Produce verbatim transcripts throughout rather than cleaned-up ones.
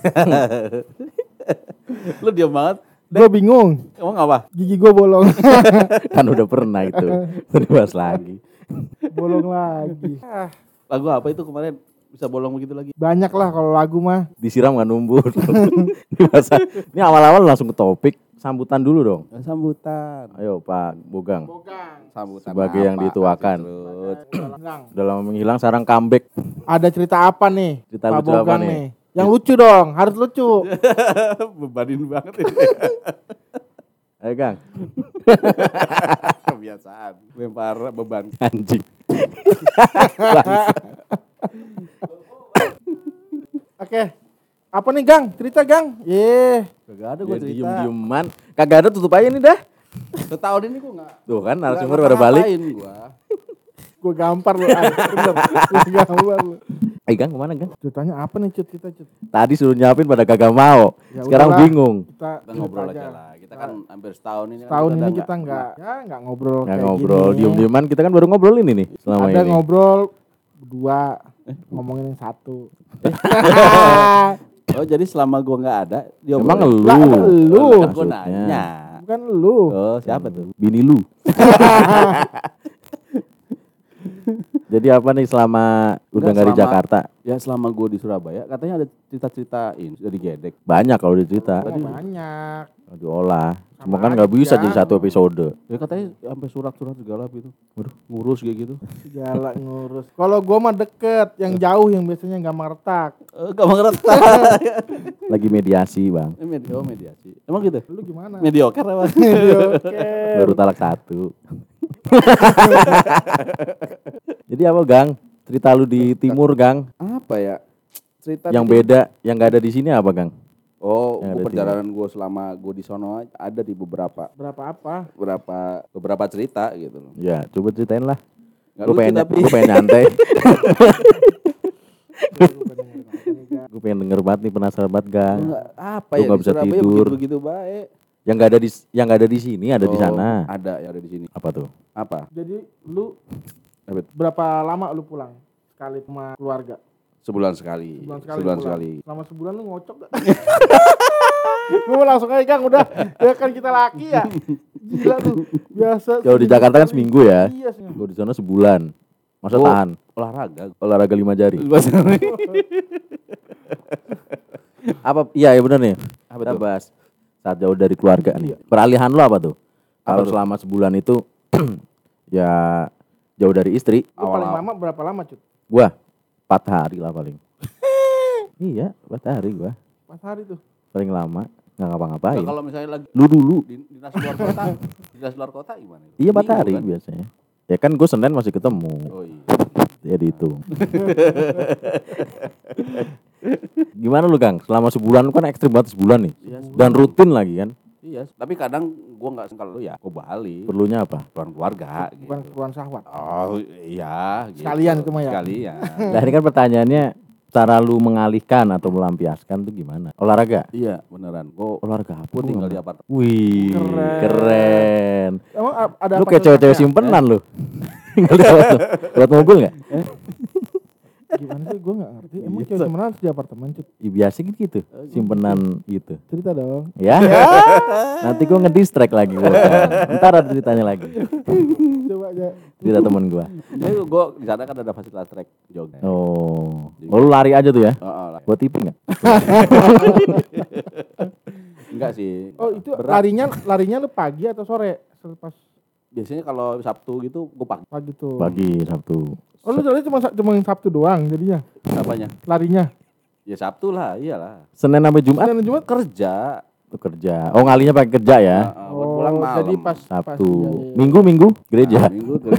Lu diam banget. Gue bingung. Emang apa? Gigi gue bolong. Kan udah pernah itu. Terus lagi. Bolong lagi. Lagu apa itu kemarin bisa bolong begitu lagi? Banyak lah kalau lagu mah. Disiram nggak numbuh. Ini masa, ini awal-awal langsung ke topik. Sambutan dulu dong. Sambutan. Ayo Pak Bogang. Bogang. Sambutan Sebagai apa, yang dituakan. Udah lama menghilang, sekarang comeback. Ada cerita apa nih? Cerita Pak lucu apa Bogang nih? Yang lucu dong, harus lucu. Bebanin banget ini. Ayo Gang. Kebiasaan. Lempar beban. Anjing. Oke. Apa nih Gang? Cerita Gang. Ye. Gak ada Gue gue cerita. diem-dieman. Kagak ada, tutup aja nih dah. Setahun ini gue gak. Tuh kan narasumber pada balik. Gua. Gue gampar lu. Bener. Gue gampar lu. Eh Gang kemana Gang? Ceritanya apa nih Cut? Kita Cut. Tadi suruh nyiapin pada kagak mau. Ya Sekarang udahlah. bingung. Kita, Kita ngobrol aja lah. Kita kan hampir setahun ini. Tahun kan ini udah kita nggak, ya nggak ngobrol Nggak kayak ngobrol, gini. diem-dieman. Kita kan baru ngobrol ini nih selama Ada ini. ngobrol berdua, ngomongin yang satu. Oh jadi selama gue nggak ada, dia Emang ngobrol. lu? Lah, lu. Kan gue Maksudnya. nanya. Bukan lu. Oh siapa tuh? Bini lu. Jadi apa nih selama udah nggak di selama- Jakarta? Ya selama gue di Surabaya, katanya ada cerita-cerita ini sudah digedek. Banyak kalau dicerita. Oh, banyak. Diolah. Cuma Sama kan nggak aja. bisa jadi satu episode. Ya katanya sampai surat-surat segala gitu. Waduh, ngurus kayak gitu. Segala ngurus. Kalau gua mah deket, yang jauh yang biasanya nggak meretak. Eh, gak mengerti. Lagi mediasi bang. Medi- oh mediasi. Emang gitu? Lu gimana? Mediocre emang. Oke. Baru talak satu. Jadi apa Gang? Cerita lu di timur Gang? Apa ya? Cerita Yang bikin- beda, yang nggak ada di sini apa Gang? Oh, Yang gua ada perjalanan gue selama gue di sono ada di beberapa Berapa apa? beberapa beberapa cerita gitu loh. Ya coba ceritain lah. Nggak Gue lucu pengen, tapi. gue pengen nyantai. Gue pengen denger banget nih, penasaran banget Gang. Nggak, apa Lu ya nggak di bisa Surabaya tidur. begitu-begitu baik. Yang nggak ada di, yang nggak ada di sini, ada di Oh, sana. Ada yang ada di sini. Apa tuh? Apa? Jadi lu Apa itu? berapa lama lu pulang sekali sama keluarga? Sebulan sekali. Sebulan sekali. Sebulan pulang. sekali. Selama sebulan lu ngocok gak? Gue langsung aja Gang, udah. Ya kan kita laki ya. Gila lu. Biasa. Kalau di Jakarta kan seminggu ya. Iya sih. Gue di sana sebulan. Masa Oh. tahan? Olahraga. Olahraga lima jari. Apa? Iya ya benar nih. Apa Kita tuh? bahas saat jauh dari keluarga nih. Peralihan lo apa tuh? Apa Kalau tuh? selama sebulan itu ya jauh dari istri. Lu paling Awal-awal. lama berapa lama Cut? Gua empat hari lah paling. Iya, empat hari gua. Pas hari tuh. Paling lama nggak Nah, ngapa-ngapain. kalau misalnya lagi Lu dulu. di dinas luar kota, dinas luar kota gimana? Iya empat Minggu hari kan? biasanya. Ya kan gue Senin masih ketemu. Oh iya. Ya dihitung. Gimana lu Kang? Selama sebulan lu kan ekstrim banget sebulan nih. Iya, Dan rutin lagi kan. Iya, tapi kadang gua nggak kalau ya gua balik Perlunya apa? keluar keluarga Bukan gitu. keperluan syahwat. Oh iya, gitu. Sekalian itu mah ya. Sekalian. Nah ini kan pertanyaannya, cara lu mengalihkan atau melampiaskan tuh gimana? Olahraga? Iya, beneran. Gua Olahraga apa? gua Gua tinggal nggak- di apartemen. Wih, Keren. keren. Emang a- ada Lu apa kayak cewek-cewek cocoknya? simpenan lu. Tinggal di apartemen. Buat mobil nggak? Gimana sih? Gue gak ngerti. Emang Iya. cewek simpenan harus di apartemen Cut? Ya, biasa gitu, simpenan gitu. Cerita dong. Ya, nanti gue ngedistract lagi gua. Ntar ada ceritanya lagi. Coba aja. Cerita temen gue. Jadi gua di sana kan ada fasilitas trek jogging. Oh, oh lu lari aja tuh ya? Heeh, lah. Buat tipe nggak? Enggak sih. Oh itu Berat. larinya larinya lu pagi atau sore? Pas Biasanya kalau Sabtu gitu gua pagi. pagi tuh. Pagi Sabtu. Oh lu lari cuma cuma Sabtu doang jadinya Apanya? larinya. Ya Sabtu lah, iyalah. Senin sampai Jumat Senin dan Jumat. Kerja. tuh kerja. Oh ngalinya pakai kerja ya? Heeh, buat pulang malam. Jadi pas pas Sabtu. iya, iya. Minggu Minggu gereja. Nah, minggu kerja.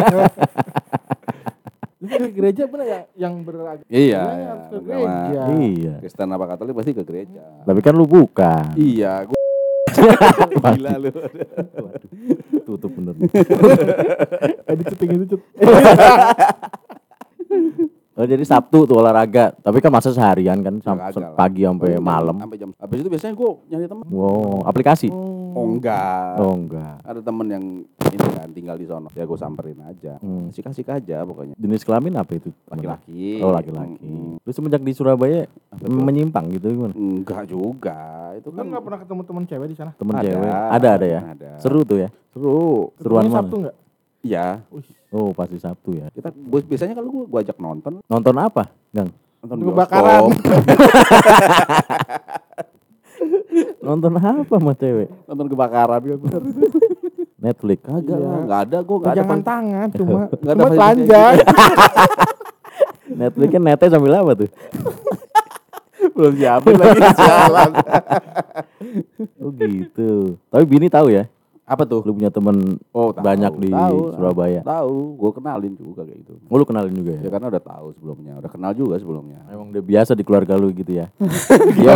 Lu ke gereja bener ya yang beragama. Iya, Iya, iya. harus ke Agama gereja. Iya. Kristen apa Katolik pasti ke gereja. Tapi kan lu bukan. Iya, gua gila lu. Tutup bener. Tadi syuting itu Cut. Oh, jadi Sabtu tuh olahraga. Tapi kan masa seharian kan sam- Kagak lah. pagi sampai Oh, malam. Sampai jam. Habis itu biasanya gue nyari teman. Wow, aplikasi. Oh enggak. Oh enggak. Ada temen yang ini kan tinggal di sono. Ya gue samperin aja. Hmm. Kasih-kasih aja pokoknya. Jenis kelamin apa itu? Laki-laki. Oh, laki-laki. Mm-mm. Terus semenjak di Surabaya Apa tuh? menyimpang gitu gimana? Enggak juga. Itu Kan kan nggak pernah ketemu teman cewek di sana. Temen Ada, cewek. Ada ada ya. ada. Seru tuh ya. seru. Seruan Ketemunya mana? Sabtu nggak? Iya. Oh, pasti Sabtu ya. Kita gua- biasanya kalau gue gua ajak nonton, Nonton apa, Gang? nonton Kebakaran. bioskop, Nonton apa sama cewek? nonton kebakaran kan. Netflix. Kagak Iya. lah, enggak ada gua enggak ada. Pegangan fan- tangan cuma Nggak ada cuma fasilitas telanjang. Netflix kan netnya sambil apa tuh? Belum siapin lagi jalan. Oh gitu. Tapi Bini tahu ya? Apa tuh? Lu punya temen Oh, tahu, banyak di tahu, Surabaya. Tahu, gua kenalin juga kayak gitu. Oh, lu kenalin juga Ya ya? karena udah tahu sebelumnya, udah kenal juga sebelumnya. Emang udah biasa di keluarga lu gitu ya? Iya.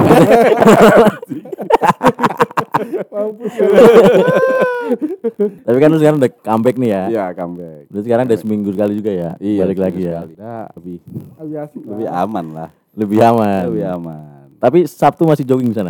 Tapi kan lu sekarang udah comeback nih ya? Iya, comeback. Lu sekarang udah seminggu sekali juga ya? Iya, Balik lagi ya? sekali. Nah, lebih Lebih asik lah. lebih aman lah. Lebih aman. Lebih aman. Tapi Sabtu masih jogging di sana?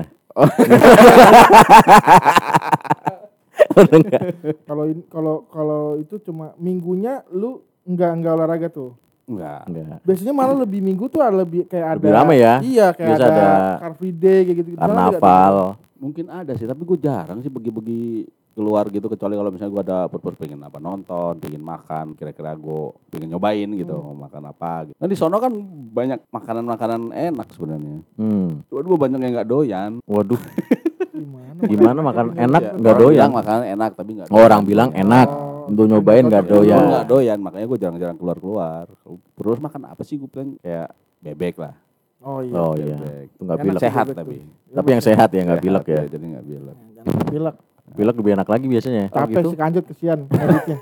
Kalau in- kalau kalau itu cuma minggunya lu enggak enggak olahraga tuh. Enggak. Enggak. Biasanya malah lebih minggu tuh ada lebih kayak ada Lebih rame ya? Iya, kayak Biasa ada, ada Car Free Day kayak gitu. Karnaval. Mungkin ada sih, tapi gue jarang sih pergi-pergi keluar gitu, kecuali kalau misalnya gue ada purpose pengen apa nonton, pengen makan, kira-kira gue pengen nyobain gitu, mau makan apa gitu. Nah di sono kan banyak makanan-makanan enak sebenarnya. Hmm. Cuma gue banyak yang nggak doyan. Waduh, Gimana? gimana makan enak Ya, nggak orang doyan? bilang makanan enak tapi nggak. Oh, orang bilang enak. Oh, Untuk nyobain nggak cocok. doyan. Gue nggak doyan, makanya gue jarang-jarang keluar-keluar. Terus makan apa sih gue bilang kayak bebek lah. Oh iya. Oh iya, Bebek. itu nggak Enak bilek. sih. Sehat bebek tapi. tuh. Tapi yang sehat ya nggak Sehat bilek ya. Jadi nggak bilek. Jangan bilek. Bilek lebih enak lagi biasanya. Capek gitu. si kanjut kesian editnya.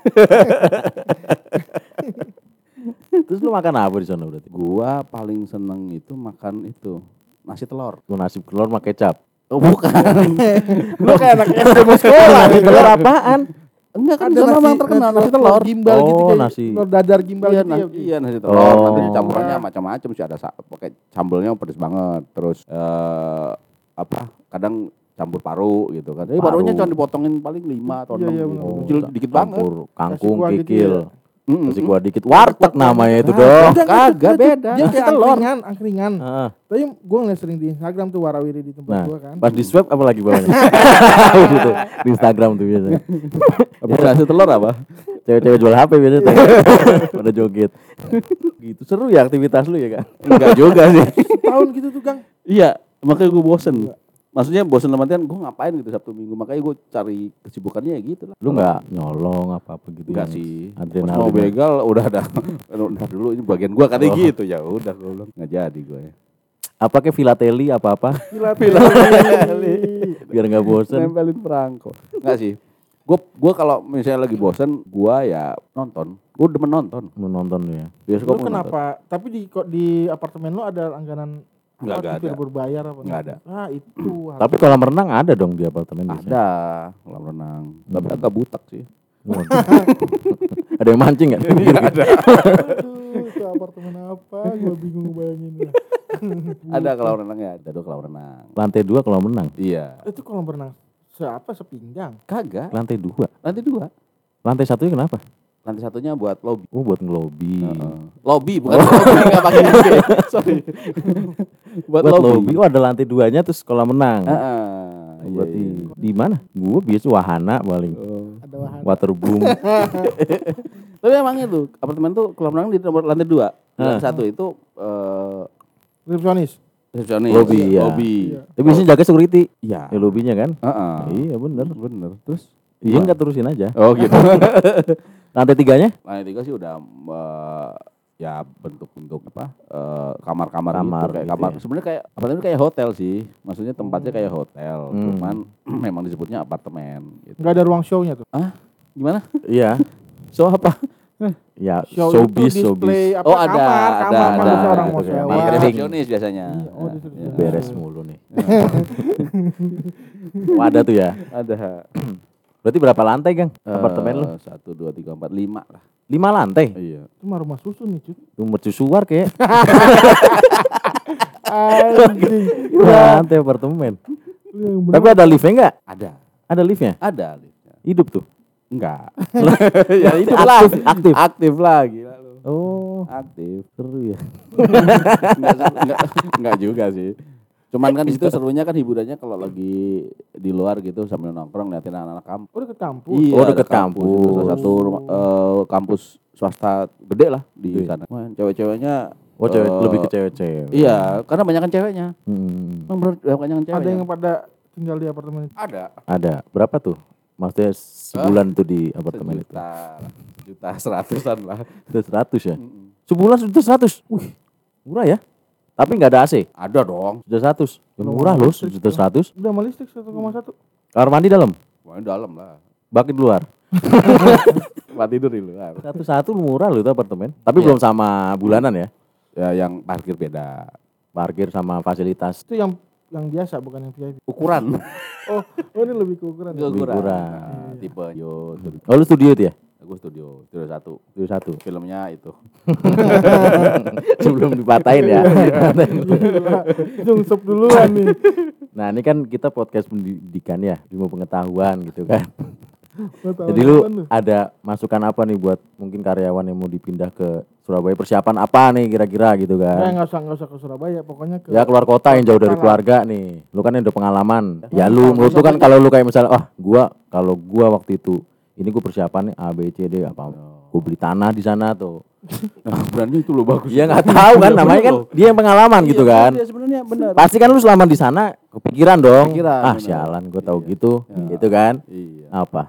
Terus lu makan apa di sana berarti? Gua paling seneng itu makan itu nasi telur. Lu nasi telur sama kecap. Oh bukan. Lu kayak anak S D mau sekolah. Nasi telur apaan? Enggak kan Ada di sana nasi, memang terkenal nasi telur. gimbal Oh, gitu kayak nasi. telur dadar gimbal Iya, gitu nasi, ya. iya nasi telur. Oh. Nanti campurannya macam-macam sih, ada sa- pakai sambelnya pedes banget. Terus eh apa? Kadang campur paru gitu kan. Tapi Paru. parunya cuma dipotongin paling lima atau Iya, enam iya, gitu. benar. Kecil dikit banget. Campur kangkung, Kasih kuah gitu kikil. ya. Mm-mm. Kasih kuah dikit. Warteg namanya itu Ah, dong. Kagak, kagak beda. Dia Nasi kayak telur. angkringan, angkringan. Heeh. Tapi gue ngeliat sering di Instagram tuh warawiri di tempat Nah, gua kan. pas di swab apa lagi bawahnya? Gitu. Di Instagram tuh biasanya. Apa nasi telur apa? Cewek-cewek jual H P biasanya tuh. Pada joget. Gitu. Seru ya aktivitas lu ya, Kak? Enggak juga sih. Tahun gitu tuh Kang. Iya, makanya gue bosen. Maksudnya bosen dalam artian gue ngapain gitu Sabtu Minggu. Makanya gue cari kesibukannya ya gitu lah. Lu enggak nyolong apa-apa gitu Enggak yang sih. Pas adrenalin. mau begal udah ada. Ntar dulu ini bagian gue katanya Oh. gitu. Ya udah gue bilang nggak jadi gue ya. Apa ke filateli apa-apa Filateli. biar enggak bosen. Nempelin perangko. Enggak sih. Gue gue kalau misalnya lagi bosen, gue ya nonton. Gue demen nonton. Menonton lu ya. Bioskop Lu gua nonton. kenapa? Tapi di kok di apartemen lu ada langganan Nggak, apa, nggak tidak ada. berbayar apa? Nggak ada. Ah itu. Tapi kolam renang ada dong di apartemen biasanya. Ada kolam renang. Tapi agak butak sih. Waduh. Ada yang mancing enggak? ada. Aduh, itu apartemen apa? Gue bingung bayanginnya. Ada kolam renangnya. Ada dua kolam renang. Lantai dua kolam renang. Iya. Itu kolam renang siapa sepinggang? Kagak. Lantai dua. Lantai dua. Lantai satunya kenapa? Lantai satunya buat lobby. Oh buat ngelobi. Heeh. Lobby bukan lobby nggak pakai lobby. Sorry. buat, Buat lobby. lobby. Oh ada lantai duanya terus kolam renang. Heeh. Oh, berarti di mana? Gua biasa wahana paling. Ada wahana. Waterboom. Tapi emang itu apartemen tuh kolam renang di nomor lantai dua. Lantai Ah. satu itu eh Resepsionis. resepsionis. Lobby, ya. Lobby. Iya. Tapi biasanya jaga security. Iya. Ya lobbynya kan? Heeh. Iya bener. Bener. Terus Iya enggak terusin aja. Oh gitu. Lantai tiganya? Lantai tiga sih udah eh, ya bentuk-bentuk apa eh, kamar-kamar Kamar gitu kayak gitu kamar. ya. Sebenarnya kayak apartemen kayak hotel sih. Maksudnya tempatnya kayak hotel. Hmm. Cuman memang disebutnya apartemen. Gitu. Enggak ada ruang show-nya tuh. Gimana? Iya. So apa? Ya Show showbiz, itu display showbiz. apa Oh ada, kamar, ada, kamar ada, kalau ada, orang mau gitu ya. sewa. Marketing. resepsionis biasanya. Iya, oh, di situ. Ya, Beres mulu nih. Wah, ada tuh ya. ada. Berarti berapa lantai, Gang? Apartemen lu? Eh, Satu, dua, tiga, empat, lima lah. Lima lantai. Iya. Itu mah rumah susun nih, Cut. Tuh mercusuar kayak. Anjing. Lima lantai apartemen. Lu yang bener. Tapi ada liftnya enggak? Ada. Ada liftnya? Ada liftnya. Hidup tuh. Enggak. Ya itu lah. Aktif, aktif. Aktif lah gila lu. Oh, Aktif. seru ya. enggak, enggak, enggak juga sih. Cuman kan di situ serunya kan hiburannya kalau lagi di luar gitu sambil nongkrong liatin anak-anak kampus. Oh, deket kampus. Iya, Oh, ada deket kampus. Itu salah satu rumah- eh, kampus swasta gede lah di Iya. sana. Wah, cewek-ceweknya Oh, cewek eh, lebih ke cewek-cewek. Iya, karena banyak kan ceweknya. Hmm. Emang bener banyak ceweknya. Ada yang pada tinggal di apartemen itu. ada. Ada. Berapa tuh? Maksudnya sebulan tuh di apartemen itu? Sejuta, juta seratusan lah. Udah seratus ya? Sebulan sudah seratus. Wih, murah ya? Tapi nggak ada A C. Ada dong. Sudah seratus. Ya, murah loh, sudah seratus. Udah sama listrik satu koma satu. Kamar mandi dalam, Wah, ini dalam lah. baki di luar. Tempat tidur di luar. Satu-satu murah loh itu apartemen. Tapi Iya. belum sama bulanan ya. Ya yang parkir beda. Parkir sama fasilitas. Itu yang yang biasa bukan yang V I P. Ukuran. Oh, oh ini lebih ke ukuran. ya? Lebih kurang. Nah, tipe yo studio. Oh lu studio itu ya? Aku studio, studio satu. Studio satu. Filmnya itu. Sebelum dipatahin ya. Jungsep duluan nih. Nah ini kan kita podcast pendidikan ya, ilmu pengetahuan gitu kan. Gua tahu Jadi lu apaan lu. ada masukan apa nih buat mungkin karyawan yang mau dipindah ke Surabaya? Persiapan apa nih kira-kira gitu Nah, kan? nggak usah nggak usah ke Surabaya, pokoknya ke Ya keluar kota yang jauh dari Salah. keluarga nih. Lu kan yang udah pengalaman. Ya lu menurut lu kan kalau lu kayak misalnya, oh gua kalau gua waktu itu ini gua persiapan nih A B C D apa? Gua beli tanah di sana tuh. Nah, berarti itu lo bagus. Dia nggak tahu kan, namanya kan dia yang pengalaman gitu kan. Iya, sebenarnya benar. Pasti kan lu selama di sana kepikiran dong. Kepikiran, ah benar. sialan, gue tahu Iya. gitu, Ya. gitu kan. Iya. Apa?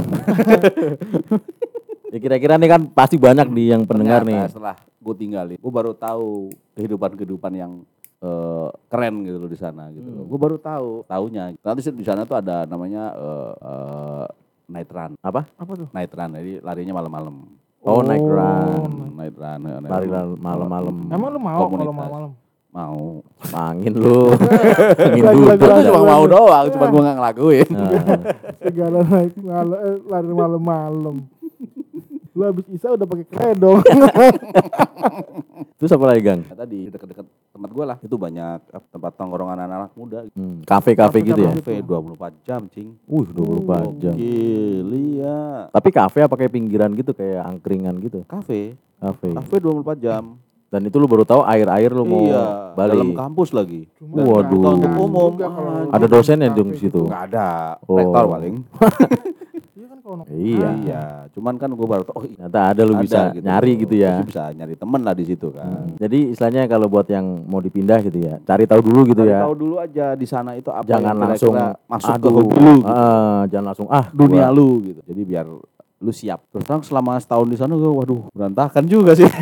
Ya kira-kira nih kan pasti banyak di yang pendengar Ternyata nih. setelah gue tinggalin, gue baru tahu kehidupan-kehidupan yang eh, keren gitu loh di sana gitu. Hmm. Gue baru tahu, taunya. Nanti di sana tuh ada namanya eh, eh, night run. Apa? apa tuh? Night run, jadi larinya malam-malam. Oh, night Oh, run. Night run. night Lari run. malam-malam. Emang lu mau kalau Komunitas. malam-malam? Mau. Mangin lu. Angin Lagi- duduk. lagi- Gue lagi- cuma mau doang, cuma gue gak ngelakuin. Nah, Segala naik malam, eh, lari malam-malam. Lu habis Isa udah pakai kredong. terus apa lagi, Gang? Nah, tadi dekat-dekat tempat gue lah, itu banyak eh, tempat tongkrongan anak-anak muda. Hmm, kafe-kafe gitu ya? Kafe dua puluh empat jam, cing. Uh, dua puluh empat jam. Gila. Tapi kafe apa kayak pinggiran gitu, kayak angkringan gitu? Kafe, Kafe. kafe dua puluh empat jam. Dan itu lu baru tahu air-air lu mau Iya, balik. dalam kampus lagi. Cuma Waduh. nggak- Untuk nggak umum. juga kalau lu Ada di dosennya kafe dong di situ? Enggak ada, Oh. rektor paling. Iya kan kalau Iya. Iya, cuman kan gue baru tahu, oh iya, Ternyata ada lu ada bisa nyari gitu ya. Pasti bisa nyari temen lah di situ kan. Jadi istilahnya kalau buat yang mau dipindah gitu ya, cari tahu dulu gitu Cari ya. tahu dulu aja di sana itu apa Jangan yang langsung kira-kira masuk ke aduh, hobi lu, gitu. ah, jangan langsung ah dunia gua- lu gitu. Jadi biar lu siap. Terus terang selama setahun di sana gue waduh berantakan juga sih.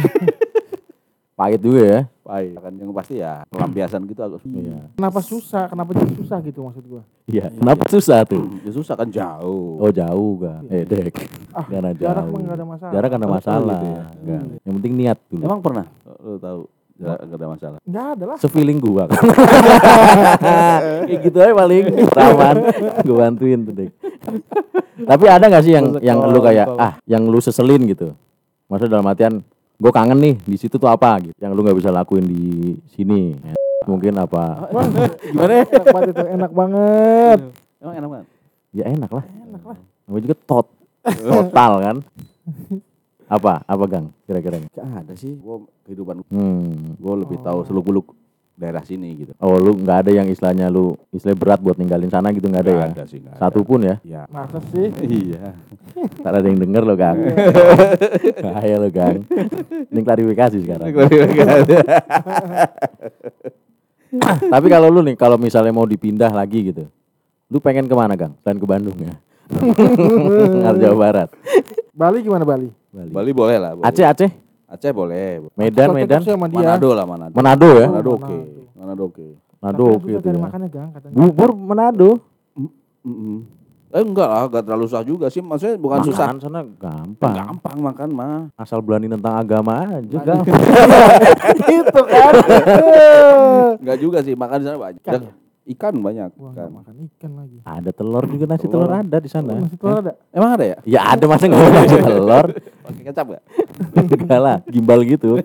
pahit juga ya. Baik, kan yang pasti ya pelampiasan gitu agak Iya. kenapa susah, kenapa jadi susah gitu maksud gua. Iya. Kenapa susah tuh? Ya susah kan jauh. Oh jauh kan? Eh dek. Ah, Karena jarak jauh. mah nggak ada masalah. Jarak nggak ada Oh, masalah. gitu ya. Kan. Yang penting niat dulu. Emang pernah? Lu tahu gak, gak ada masalah. Nggak ada lah. Sefeeling gua kan. Kayak gitu aja paling rawan. Gua bantuin tuh dek. Tapi ada nggak sih yang Masuk yang tol, lu kayak tol. ah yang lu seselin gitu? Maksudnya dalam artian gue kangen nih di situ tuh apa gitu yang lu nggak bisa lakuin di sini. Mungkin apa? Wah, Gimana? enak banget itu, enak banget. Emang enak banget. Ya enak lah. Enak lah. Namanya juga tot. Total kan. Apa? Apa Gang? Kira-kira? Gak ada sih. Gue kehidupan Hmm. gue lebih tahu seluk-beluk daerah sini gitu. Oh lu nggak ada yang istilahnya lu istilah berat buat ninggalin sana gitu nggak ada Nggak ya? ada sih, nggak ada. Satu pun ya? Ya. Masa sih? Iya. Tak ada yang denger lo Gang. Bahaya lo Gang. Ini klarifikasi sekarang. Tapi kalau lu nih, kalau misalnya mau dipindah lagi gitu, lu pengen kemana Gang? Selain ke Bandung ya? Harus Jawa Barat. Bali gimana Bali? Bali. Bali boleh lah. Boleh. Aceh Aceh? Aceh boleh. Medan Cocok Medan? sih sama dia. Manado lah Manado. Manado ya? Manado Oh, oke. Manado. Manado oke. Manado Katanya oke susah itu cari ya. makannya Gang katanya. Bubur Manado. Mm-mm. Eh enggak lah, enggak terlalu susah juga sih. Maksudnya bukan susah. Makanan sana gampang. Gampang makan mah. Asal berani tentang agama aja gampang. Gitu kan. Enggak juga sih, makan di sana banyak. Ikan ya? Ikan banyak. Wah, Ikan. nggak makan ikan lagi. Ada telur juga, nasi telur, Telur. ada di sana. Oh, nasi telur ada? Emang ada ya? Ya ada, masa nggak ada nasi telur? Pakai kecap gak? Enggak lah, gimbal gitu.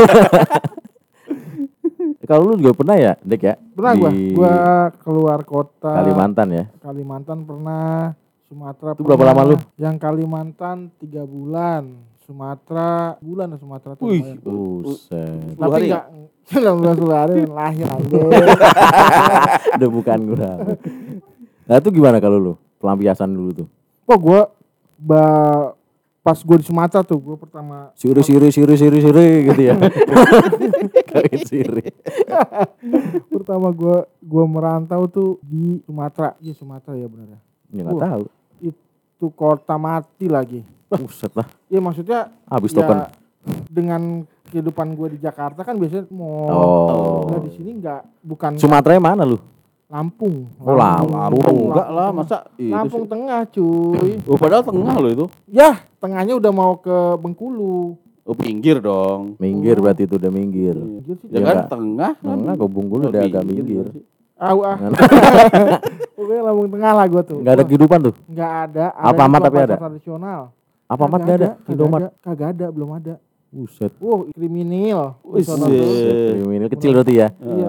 Kalau lu juga pernah ya, Dek ya? Pernah Di gua, gua keluar kota. Kalimantan ya? Kalimantan pernah, Sumatera Itu berapa pernah. lama lu? Yang Kalimantan tiga bulan, Sumatera bulan ya Sumatera tuh. Wih. lumayan. Buset. sepuluh Tapi hari enggak sembilan belas hari lahir aja. Udah bukan gua. Nah itu gimana kalau lu? Pelampiasan dulu tuh. Wah gua ba, pas gua di Sumatera tuh gua pertama Siri siri siri siri siri gitu ya. Kayak siri. pertama gua gua merantau tuh di Sumatera. Iya Sumatera ya benar ya. Ya nggak Wah. tahu. Itu kota mati lagi. Buset lah. Iya maksudnya Habis ya, token. dengan kehidupan gue di Jakarta kan biasanya mau Oh. nah, di sini enggak bukan Sumatera mana lu? Lampung. Oh, Lampung. Enggak lah, Tengah. masa itu Lampung sih? Tengah cuy. Oh, padahal tengah loh itu. Ya, tengahnya udah mau ke Bengkulu. Oh, pinggir dong. Minggir berarti itu udah minggir. Gitu sih. Ya Iya kan nggak? tengah kan. Enggak, ke Bengkulu udah agak minggir. Ah, ah. Nggak Pokoknya Lampung Tengah lah gue tuh. nggak ada Wah, kehidupan tuh. nggak ada. Alfamart cuma tapi pasar ada? Tradisional. Apa amat nggak ada? Kagak Indomaret. ada. Kagak ada, belum ada. Buset. Wow, kriminal. Wih, Di sono tuh. shit. Kriminal kecil berarti ya. Iya.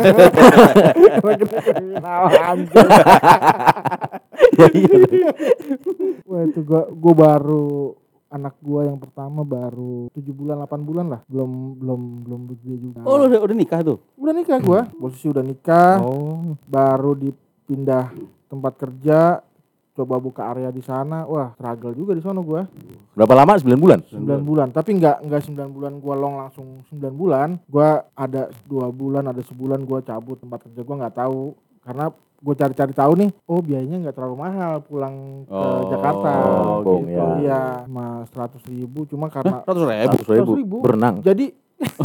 Kriminal anjir. Ya iya. Wah itu gua gua baru anak gua yang pertama baru tujuh bulan delapan bulan lah. Belum belum belum gede juga. Oh, lu udah, udah nikah tuh? Udah nikah gua. Posisi udah nikah, Oh. baru dipindah tempat kerja, coba buka area di sana. Wah, struggle juga di sana gua. Berapa lama? sembilan bulan? sembilan bulan. Tapi enggak enggak sembilan bulan gua long langsung sembilan bulan. Gua ada dua bulan, ada sebulan gua cabut tempat kerja gua enggak tahu karena gue cari-cari tahu nih, oh biayanya nggak terlalu mahal pulang ke Oh, Jakarta, Lampung, gitu. ya. Iya, cuma seratus ribu, cuma karena Seratus ribu. Seratus ribu. seratus ribu. Berenang. Jadi,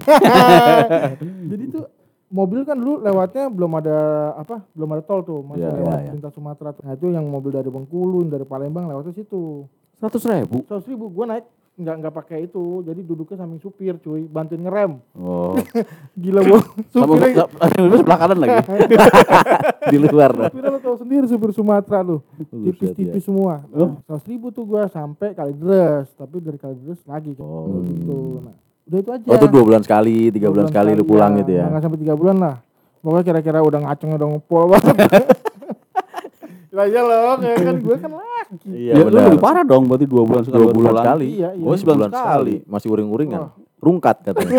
jadi tuh mobil kan dulu lewatnya belum ada apa, belum ada tol tuh, masih Iya, lewat iya, iya. lintas Sumatera. Nah itu yang mobil dari Bengkulu, dari Palembang lewatnya situ. Seratus ribu. Seratus ribu, gue naik nggak nggak pakai itu, jadi duduknya samping supir, cuy, bantuin ngerem. Oh. Gila bu, Sama supirnya. sebelah kanan lagi. Di luar dah. Supirnya lo tau sendiri supir Sumatera lu, Buset, tipis-tipis ya. semua. Nah, seratus ribu tuh gua sampai Kalideres, tapi dari Kalideres lagi ke Oh. gitu. Nah, udah itu aja. Oh itu dua bulan sekali, tiga bulan sekali lu pulang gitu ya. Nggak sampai tiga bulan lah. Pokoknya kira-kira udah ngaceng udah ngepol banget. Lah iya loh, kayak kan gue kan laki. Iya Ya, lu benar. lebih parah dong berarti dua bulan sekali. Dua baru bulan pulang. sekali. Iya, iya. Oh Sebulan sebulan sekali. sekali. Masih uring-uringan. Wah. Rungkat katanya.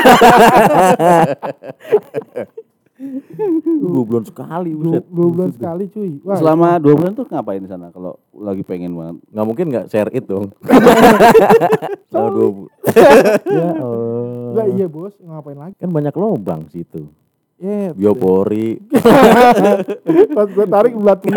Dua bulan sekali, Dua, buset. dua bulan sekali cuy. Wah, Selama dua bulan tuh ngapain di sana kalau lagi pengen banget? Nggak mungkin nggak share it dong. Selama dua bulan. Ya Allah. lah iya bos, ngapain lagi? Kan banyak lubang situ. Ya, Biopori. pas gue tarik belat mulu.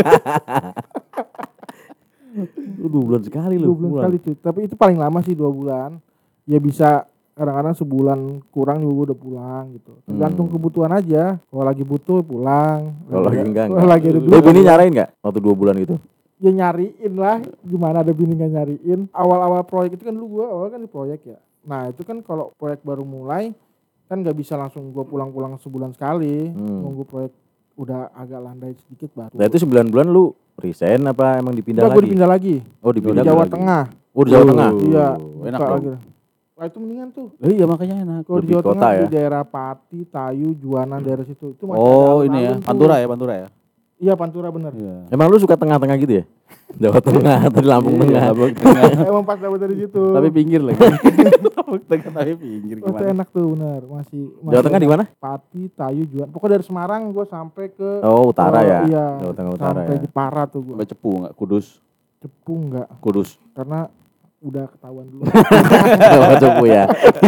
Lu dua bulan sekali lu. Dua bulan sekali cuy. Tapi itu paling lama sih dua bulan. Ya bisa kadang-kadang sebulan kurang juga udah pulang gitu. Tergantung Hmm. kebutuhan aja. Kalau lagi butuh pulang. Kalau lagi enggak Kalau enggak. lagi ada Lu duit, bini nyarain nggak waktu dua bulan gitu? ya nyariin lah. Gimana ada bini nggak nyariin? Awal-awal proyek itu kan dulu gue awal kan di proyek ya. Nah itu kan kalau proyek baru mulai kan nggak bisa langsung gue pulang-pulang sebulan sekali. Hmm. Nunggu proyek udah agak landai sedikit baru. Nah itu sembilan bulan lu resign apa emang dipindah Udah gue lagi? dipindah lagi. Oh Di dipindah Jawa lagi. Tengah. Oh di Jawa Oh. Tengah. Iya. enak buka dong. lagi. Wah itu mendingan tuh. Eh, iya makanya enak. Kalau di Lebih Jawa kota Tengah ya? di daerah Pati, Tayu, Juanan daerah situ itu masih ada Oh ini ya, alun-alun tuh. Pantura ya, Pantura ya. Iya Pantura bener. Iya. Emang lu suka tengah-tengah gitu ya? Jawa Tengah atau di Lampung Iya, Tengah? Lampung Tengah. Emang pas dapet dari situ. Tapi pinggir lagi. Lampung Tengah tapi pinggir Oh, itu gimana? enak tuh bener. Masih, masih Jawa Tengah di enak. mana? Pati, Tayu, Juanan. Pokoknya dari Semarang gue sampai ke Oh utara oh, ya. Iya. Jawa Tengah utara sampai ya. di Para tuh gue. Sampai Cepu enggak? Kudus. Cepu enggak Kudus. karena udah ketahuan dulu. Oh Cepu ya.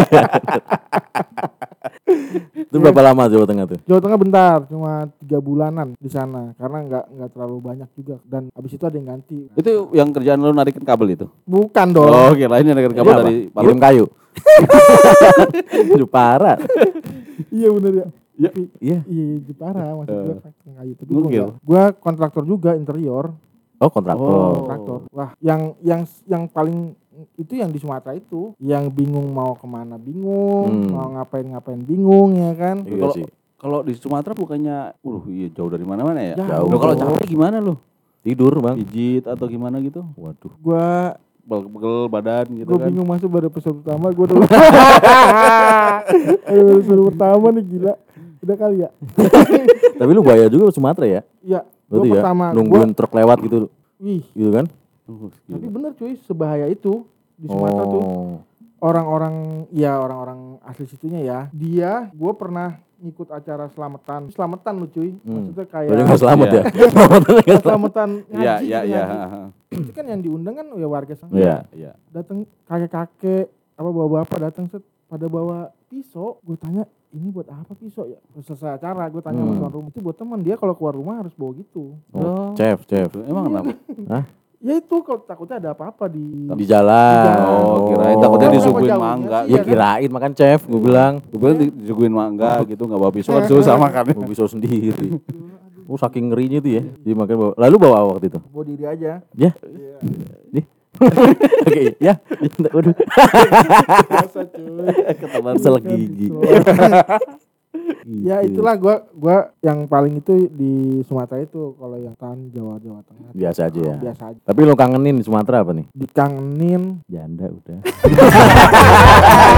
Itu berapa lama Jawa Tengah tuh? Jawa Tengah bentar, cuma tiga bulanan di sana karena nggak nggak terlalu banyak juga dan abis itu ada yang ganti. Itu yang kerjaan lu narikin kabel itu? Bukan dong. Oh, kirain yang narikin kabel Iya, dari apa? Kirim Palu. kayu. Itu parah. Iya bener ya. Iya. Tapi, Iya. iya di Para maksud gue kayu. Tapi gue Gokil. nggak. Gue kontraktor juga interior. Oh kontraktor. Oh. Kontraktor. Wah, yang yang yang paling itu yang di Sumatera itu, yang bingung mau kemana bingung, Hmm. mau ngapain-ngapain bingung ya kan. Iya Kalau sih. Kalau di Sumatera bukannya, uh iya jauh dari mana-mana ya. Jauh. Loh, kalau capek gimana lu? Tidur bang. Pijit atau gimana gitu? Waduh. Gua Pegel badan gitu gue kan. bingung masuk pada episode pertama gue dulu. Ayo episode pertama nih gila. Udah kali ya. Tapi lu bahaya juga ke Sumatera ya? Iya. Gue Berarti ya pertama nungguin gua, truk lewat gitu, wih. gitu kan? Uh, Tapi gila. bener cuy sebahaya itu di Sumatera tuh. Oh. Orang-orang ya orang-orang asli situnya ya. Dia gue pernah ngikut acara selamatan. Selamatan lu cuy. Hmm. Maksudnya Berarti kayak nggak selamat Iya. ya? Selamatannya nggak selamat. selamatan ngaji. Iya, iya, gitu, iya. ngaji. Itu kan yang diundang kan ya warga sana. Iya. Iya. Datang kakek-kakek apa bawa-bapak datang set pada bawa pisau. Gue tanya ini buat apa pisau ya? Selesai acara gue tanya Hmm. sama tuan rumah itu buat teman dia kalau keluar rumah harus bawa gitu. Oh, chef, chef. Emang kenapa? Hah? Ya itu kalau takutnya ada apa-apa di Di jalan. Oh, kirain takutnya Berapa disuguhin jauhnya mangga. sih? Ya Iya kan? kirain makan chef, gue bilang. Gue bilang disuguhin mangga gitu, nggak bawa pisau kan susah makan. Gue pisau sendiri. Oh saking ngerinya tuh ya. Jadi makan bawa. Lalu bawa apa waktu itu? bawa diri aja. Ya. Nih. Oke, ya. Waduh. Biasa cuy. Ketelan Kesel gigi. Ya Gitu. itulah gua gua yang paling itu di Sumatera itu kalau yang tahan Jawa Jawa Tengah. Biasa aja ya. Biasa aja. Tapi lo kangenin di Sumatera apa nih? Dikangenin Janda udah.